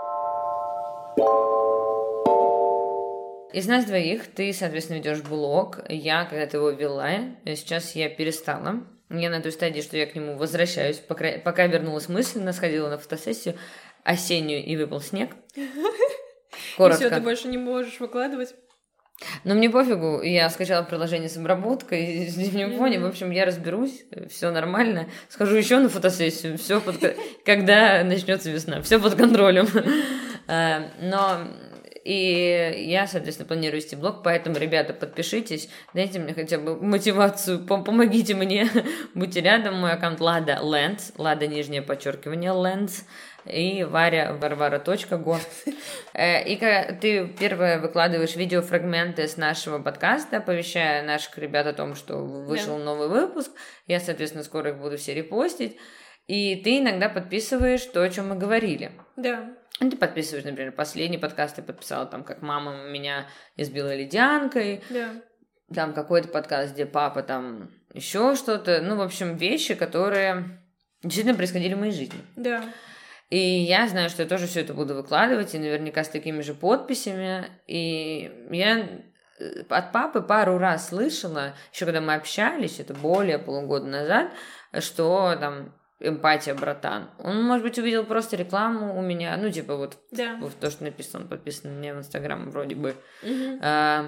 Из нас двоих ты, соответственно, ведешь блог. Я когда-то его вела, сейчас я перестала. Я на той стадии, что я к нему возвращаюсь. Пока, пока вернулась мысленно, сходила на фотосессию осеннюю, и выпал снег. И Коротко. все, ты больше не можешь выкладывать. Но мне пофигу, я скачала приложение с обработкой, с нижним фоне, в общем, я разберусь, все нормально, схожу еще на фотосессию, все под... когда начнется весна, все под контролем. А, Но и я, соответственно, планирую вести блог, поэтому, ребята, подпишитесь, дайте мне хотя бы мотивацию, пом- помогите мне, будьте рядом, мой аккаунт Лада Лэндс, Лада нижнее подчеркивание Лэндс, и Варя Варвара.го. Э, И когда ты первое выкладываешь видеофрагменты с нашего подкаста, оповещая наших ребят о том, что вышел новый выпуск, я, соответственно, скоро их буду все репостить, и ты иногда подписываешь то, о чем мы говорили. Да. Ну, ты подписываешь, например, последний подкаст, ты подписала там, как мама меня избила ледянкой, Да. там какой-то подкаст, где папа там еще что-то, ну, в общем, вещи, которые действительно происходили в моей жизни. Да. И я знаю, что я тоже все это буду выкладывать, и наверняка с такими же подписями. И я от папы пару раз слышала, еще когда мы общались, это более полугода назад, что там эмпатия, братан. Он, может быть, увидел просто рекламу у меня, ну, типа вот, да. вот то, что написано, он подписан на меня в Инстаграм вроде бы. Угу. А,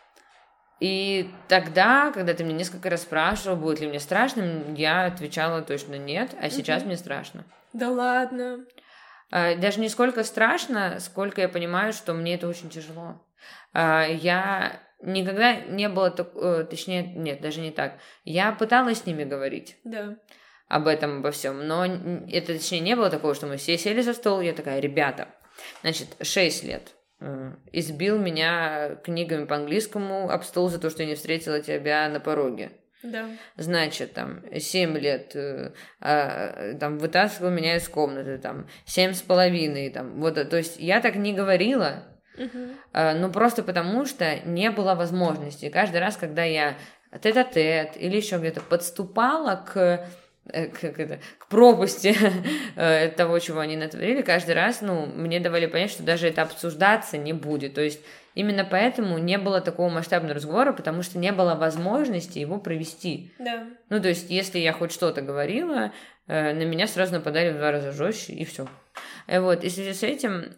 и тогда, когда ты меня несколько раз спрашивал, будет ли мне страшно, я отвечала точно нет, а сейчас угу. мне страшно. Да ладно. А, даже не сколько страшно, сколько я понимаю, что мне это очень тяжело. А, я никогда не было, так, точнее, нет, даже не так. Я пыталась с ними говорить. Да. Об этом, обо всем. Но это, точнее, не было такого, что мы все сели за стол, я такая, ребята, значит, шесть лет э, избил меня книгами по-английскому об стол за то, что я не встретила тебя на пороге. Да. Значит, там, семь лет э, э, там, вытаскивал меня из комнаты, там, семь с половиной, там, вот, то есть я так не говорила, uh-huh. э, ну, просто потому что не было возможности. Каждый раз, когда я тет-а-тет или еще где-то подступала к К, это, к пропасти того, чего они натворили, каждый раз, ну, мне давали понять, что даже это обсуждаться не будет. То есть именно поэтому не было такого масштабного разговора, потому что не было возможности его провести. Да. Ну, то есть если я хоть что-то говорила, на меня сразу нападали в два раза жестче, и все. Вот, и в связи с этим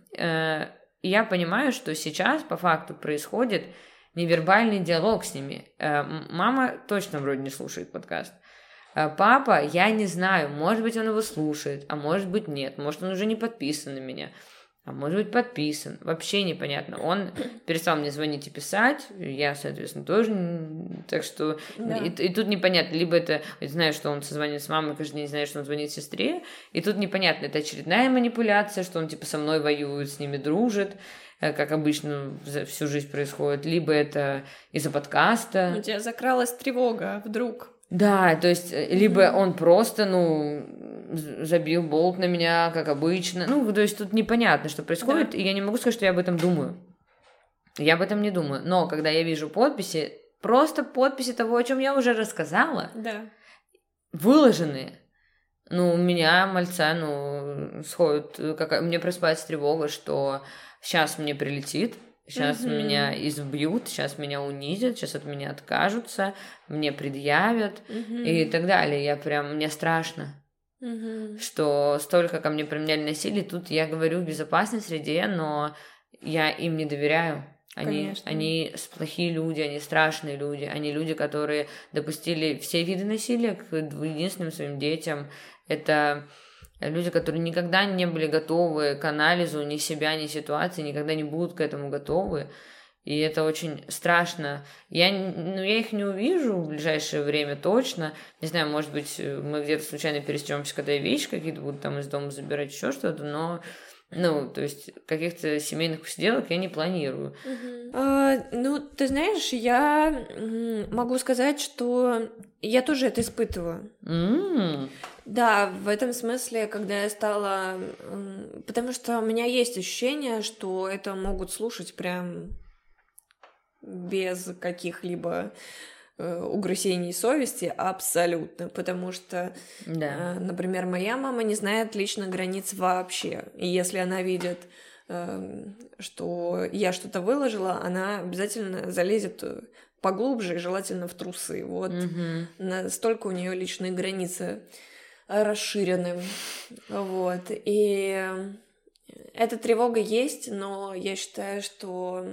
я понимаю, что сейчас по факту происходит невербальный диалог с ними. Мама точно вроде не слушает подкаст. Папа, я не знаю, может быть, он его слушает, а может быть, нет, может, он уже не подписан на меня, а может быть, подписан, вообще непонятно. Он перестал мне звонить и писать, я, соответственно, тоже, так что, да. и, и тут непонятно, либо это, я знаю, что он созвонит с мамой, каждый день знаю, что он звонит сестре, и тут непонятно, это очередная манипуляция, что он, типа, со мной воюет, с ними дружит, как обычно всю жизнь происходит, либо это из-за подкаста. У тебя закралась тревога, вдруг... Да, то есть, либо mm-hmm. он просто, ну, забил болт на меня, как обычно. Ну, то есть, тут непонятно, что происходит, да. И я не могу сказать, что я об этом думаю. Я об этом не думаю. Но когда я вижу подписи, просто подписи того, о чем я уже рассказала, да. выложенные, ну, у меня мальца, ну, сходит, как... мне просыпается тревога, что сейчас мне прилетит, сейчас mm-hmm. меня избьют, сейчас меня унизят, сейчас от меня откажутся, мне предъявят mm-hmm. и так далее. Я прям, мне страшно, mm-hmm. что столько ко мне применяли насилие. Тут я говорю в безопасной среде, но я им не доверяю. Они, они плохие люди, они страшные люди, они люди, которые допустили все виды насилия к единственным своим детям. Это... Люди, которые никогда не были готовы к анализу ни себя, ни ситуации, никогда не будут к этому готовы. И это очень страшно. Я, ну, я их не увижу в ближайшее время точно. Не знаю, может быть, мы где-то случайно пересечемся, когда я вещи какие-то буду там из дома забирать, еще что-то, но... Ну, то есть каких-то семейных посиделок я не планирую. Uh-huh. А, ну, ты знаешь, я могу сказать, что я тоже это испытываю. Mm. Да, в этом смысле, когда я стала... Потому что у меня есть ощущение, что это могут слушать прям без каких-либо угрызений совести абсолютно, потому что, да. например, моя мама не знает личных границ вообще, и если она видит, что я что-то выложила, она обязательно залезет поглубже и желательно в трусы. Вот угу. настолько у нее личные границы расширены. Вот. И эта тревога есть, но я считаю, что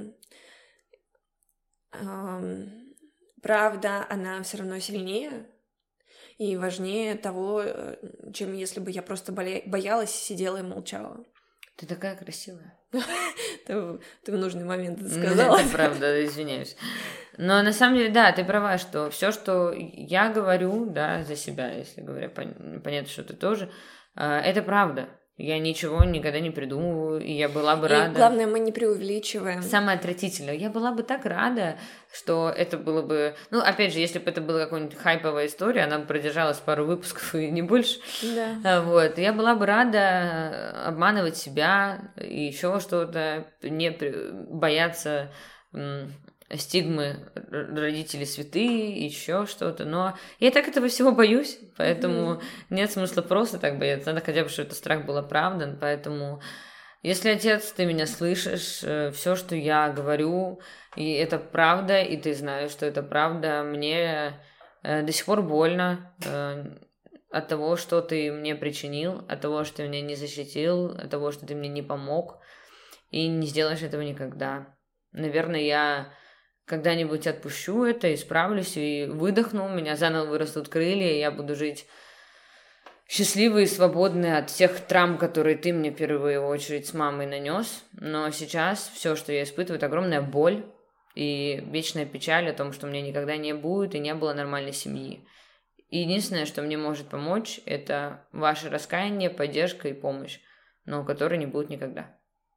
правда, она все равно сильнее и важнее того, чем если бы я просто боялась, сидела и молчала. Ты такая красивая. Ты, ты в нужный момент это сказала. Это правда, извиняюсь. Но на самом деле, да, ты права, что все, что я говорю, да, за себя, если говоря, понятно, что ты тоже, это правда. Я ничего никогда не придумываю, и я была бы и рада... главное, мы не преувеличиваем. Самое отвратительное. Я была бы так рада, что это было бы... Ну, опять же, если бы это была какая-нибудь хайповая история, она бы продержалась пару выпусков и не больше. Да. Вот. Я была бы рада обманывать себя и еще что-то, не бояться стигмы родители святые, еще что-то, но я так этого всего боюсь, поэтому mm-hmm. нет смысла просто так бояться, надо хотя бы, чтобы этот страх был оправдан, поэтому если, отец, ты меня слышишь, все, что я говорю, и это правда, и ты знаешь, что это правда, мне до сих пор больно от того, что ты мне причинил, от того, что ты меня не защитил, от того, что ты мне не помог, и не сделаешь этого никогда. Наверное, я когда-нибудь отпущу это, исправлюсь и выдохну, у меня заново вырастут крылья, и я буду жить счастливой и свободной от всех травм, которые ты мне в первую очередь с мамой нанес. Но сейчас все, что я испытываю, это огромная боль и вечная печаль о том, что у меня никогда не будет и не было нормальной семьи. И единственное, что мне может помочь, это ваше раскаяние, поддержка и помощь, но которой не будет никогда.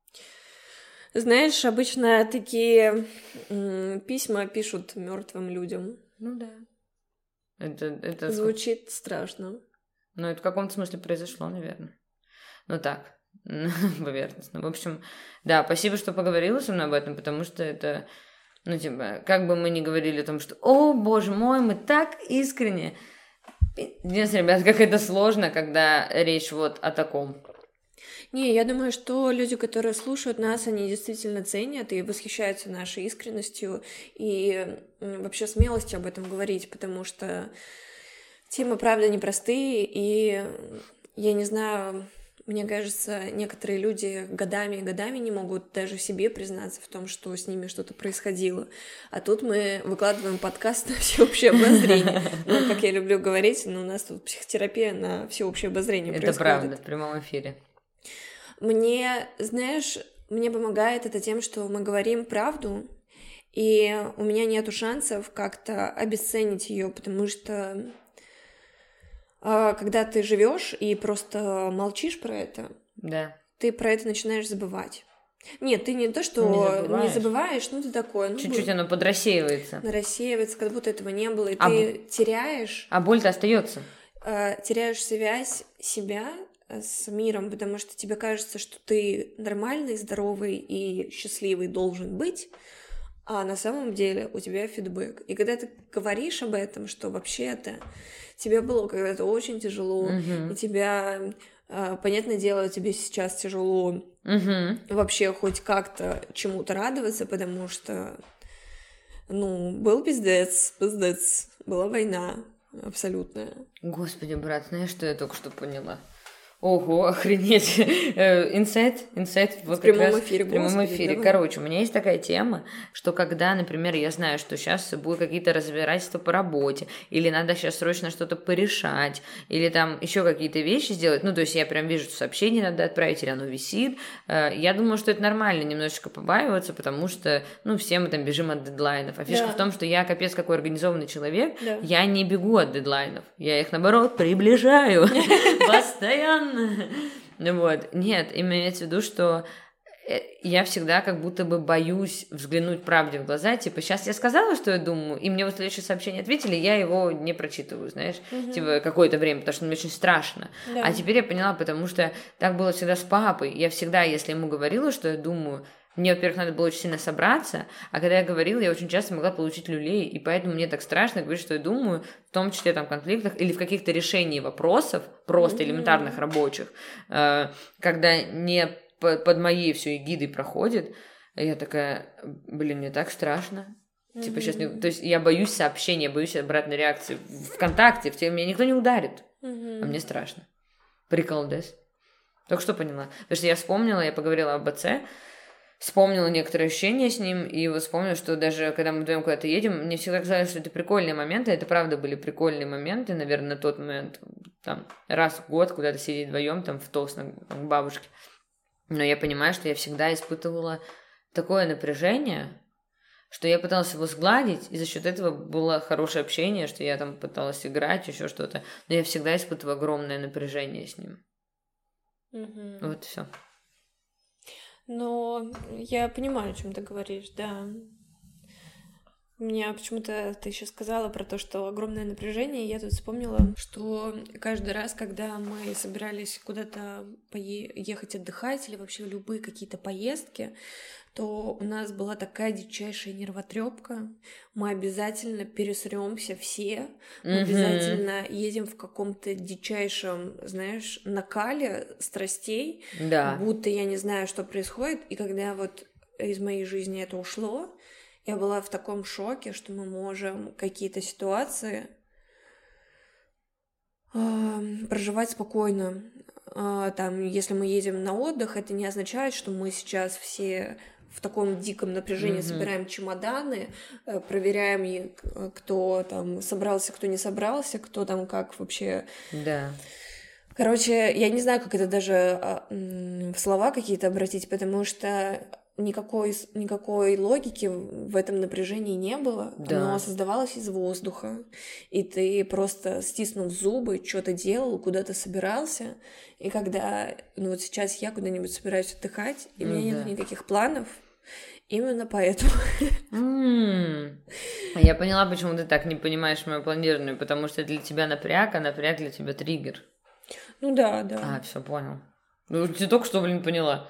Знаешь, обычно такие м- письма пишут мертвым людям. Ну да. Это, это звучит ск... страшно. Ну, это в каком-то смысле произошло, наверное. Ну так, поверхностно. В общем, да, спасибо, что поговорила со мной об этом, потому что это, ну, типа, как бы мы ни говорили о том, что, о, боже мой, мы так искренне. Единственное, ребят, как это сложно, когда речь вот о таком. Не, я думаю, что люди, которые слушают нас, они действительно ценят и восхищаются нашей искренностью и вообще смелостью об этом говорить, потому что темы, правда, непростые, и я не знаю, мне кажется, некоторые люди годами и годами не могут даже себе признаться в том, что с ними что-то происходило. А тут мы выкладываем подкаст на всеобщее обозрение. Ну, как я люблю говорить, ну, у нас тут психотерапия на всеобщее обозрение происходит. Это правда, в прямом эфире. Мне, знаешь, мне помогает это тем, что мы говорим правду, и у меня нету шансов как-то обесценить ее, потому что э, когда ты живешь и просто молчишь про это, да. ты про это начинаешь забывать. Нет, ты не то, что не забываешь, не забываешь ну ты такое. Ну, чуть-чуть оно подрассеивается. Рассеивается, как будто этого не было, и а ты б... теряешь... А боль-то остается. Э, теряешь связь себя с миром, потому что тебе кажется, что ты нормальный, здоровый и счастливый должен быть, а на самом деле у тебя фидбэк. И когда ты говоришь об этом, что вообще-то тебе было когда-то очень тяжело, uh-huh. и тебя, понятное дело, тебе сейчас тяжело uh-huh. вообще хоть как-то чему-то радоваться, потому что, ну, был пиздец, пиздец, была война абсолютная. Господи, брат, знаешь, что я только что поняла? Ого, охренеть. Инсайт, инсайт. В прямом эфире. В прямом эфире. Короче, у меня есть такая тема, что когда, например, я знаю, что сейчас будут какие-то разбирательства по работе, или надо сейчас срочно что-то порешать, или там еще какие-то вещи сделать, ну, то есть я прям вижу, что сообщение надо отправить, или оно висит, я думаю, что это нормально немножечко побаиваться, потому что, ну, все мы там бежим от дедлайнов. А фишка да. в том, что я капец какой организованный человек, да. я не бегу от дедлайнов, я их, наоборот, приближаю постоянно. Вот. Нет, имеется в виду, что я всегда как будто бы боюсь взглянуть правде в глаза, типа, сейчас я сказала, что я думаю, и мне вот следующее сообщение ответили, я его не прочитываю, знаешь, угу. типа, какое-то время, потому что мне очень страшно. Да. А теперь я поняла, потому что так было всегда с папой. Я всегда, если ему говорила, что я думаю, мне, во-первых, надо было очень сильно собраться, а когда я говорила, я очень часто могла получить люлей, и поэтому мне так страшно говорить, что я думаю, в том числе там в конфликтах или в каких-то решениях вопросов, просто mm-hmm. элементарных рабочих, когда не под моей всей эгидой проходит, я такая, блин, мне так страшно. Mm-hmm. Типа сейчас, не... то есть я боюсь сообщения, боюсь обратной реакции ВКонтакте, в теме меня никто не ударит, mm-hmm. а мне страшно. Приколдес. Только что поняла. Потому что я вспомнила, я поговорила об отце, вспомнила некоторые ощущения с ним, и вот вспомнила, что даже когда мы вдвоем куда-то едем, мне всегда казалось, что это прикольные моменты, это правда были прикольные моменты, наверное, на тот момент, там, раз в год куда-то сидеть вдвоем, там, в тост к бабушке. Но я понимаю, что я всегда испытывала такое напряжение, что я пыталась его сгладить, и за счет этого было хорошее общение, что я там пыталась играть, еще что-то, но я всегда испытывала огромное напряжение с ним. Mm-hmm. Вот все. Но я понимаю, о чем ты говоришь, да. У меня почему-то ты еще сказала про то, что огромное напряжение, и я тут вспомнила, что каждый раз, когда мы собирались куда-то пое- ехать отдыхать или вообще любые какие-то поездки, то у нас была такая дичайшая нервотрепка. Мы обязательно пересремся все, мы Мгм. обязательно едем в каком-то дичайшем, знаешь, накале страстей, Да. будто я не знаю, что происходит. И когда вот из моей жизни это ушло, я была в таком шоке, что мы можем какие-то ситуации а, проживать спокойно. А, Там, если мы едем на отдых, это не означает, что мы сейчас все в таком диком напряжении Мгм. собираем чемоданы, э, проверяем, и, э, кто там собрался, кто не собрался, кто там как вообще. Да. Короче, я не знаю, как это даже а, м, в слова какие-то обратить, потому что никакой, с- никакой логики в этом напряжении не было. Да. Оно создавалось из воздуха. И ты просто, стиснув зубы, что-то делал, куда-то собирался. И когда, ну вот сейчас я куда-нибудь собираюсь отдыхать, и у Ну меня нет да. никаких планов, именно поэтому. М. Я поняла, почему ты так не понимаешь мою планированную, потому что для тебя напряг, а напряг для тебя триггер. Ну да, да. А, все понял. Ну, ты только что, блин, поняла.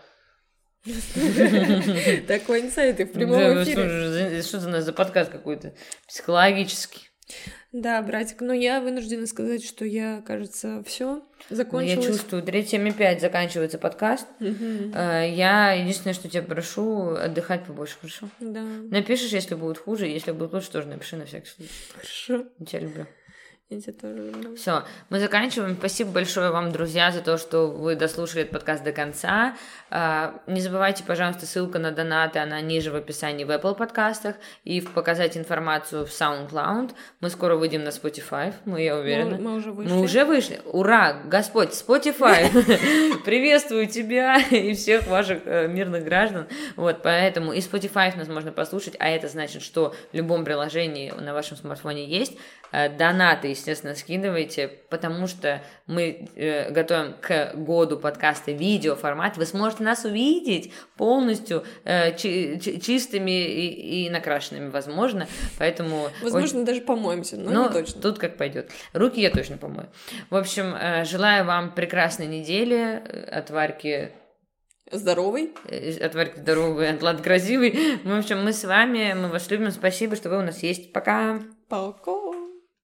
Такой инсайт и в Да, прямом вы эфире. что, за- что за нас за подкаст какой-то психологический? Да, братик, но я вынуждена сказать, что я, кажется, все Ну, я закончилась. чувствую, три семь пять заканчивается подкаст. Мгм. Э, Я единственное, что тебя прошу, отдыхать побольше, хорошо? Да, Напишешь, если будет хуже, если будет лучше, тоже напиши на всякий случай. хорошо. Я тебя люблю. Я тебя тоже люблю. Все, мы заканчиваем. Спасибо большое вам, друзья, за то, что вы дослушали этот подкаст до конца. А, Не забывайте, пожалуйста, ссылка на донаты, она ниже в описании в Apple подкастах и в показать информацию в SoundCloud. Мы скоро выйдем на Spotify, мы, я уверена. Мы, мы уже вышли. Мы уже вышли. Ура! Господь, Spotify! Приветствую тебя и всех ваших э, мирных граждан. Вот, поэтому и Spotify нас можно послушать, а это значит, что в любом приложении на вашем смартфоне есть. Э, Донаты, естественно, скидывайте, потому что мы э, готовим к году подкаста видеоформат. Вы сможете нас увидеть полностью э, чи- чи- чистыми и, и накрашенными, возможно. Поэтому Возможно, даже помоемся, но ну, не точно. тут как пойдет. Руки я точно помою. В общем, э, желаю вам прекрасной недели, э, от Варьки, Здоровый. э, от Варьки здоровой, от Влад красивый. В общем, мы с вами, мы вас любим. Спасибо, что вы у нас есть. Пока! Пока.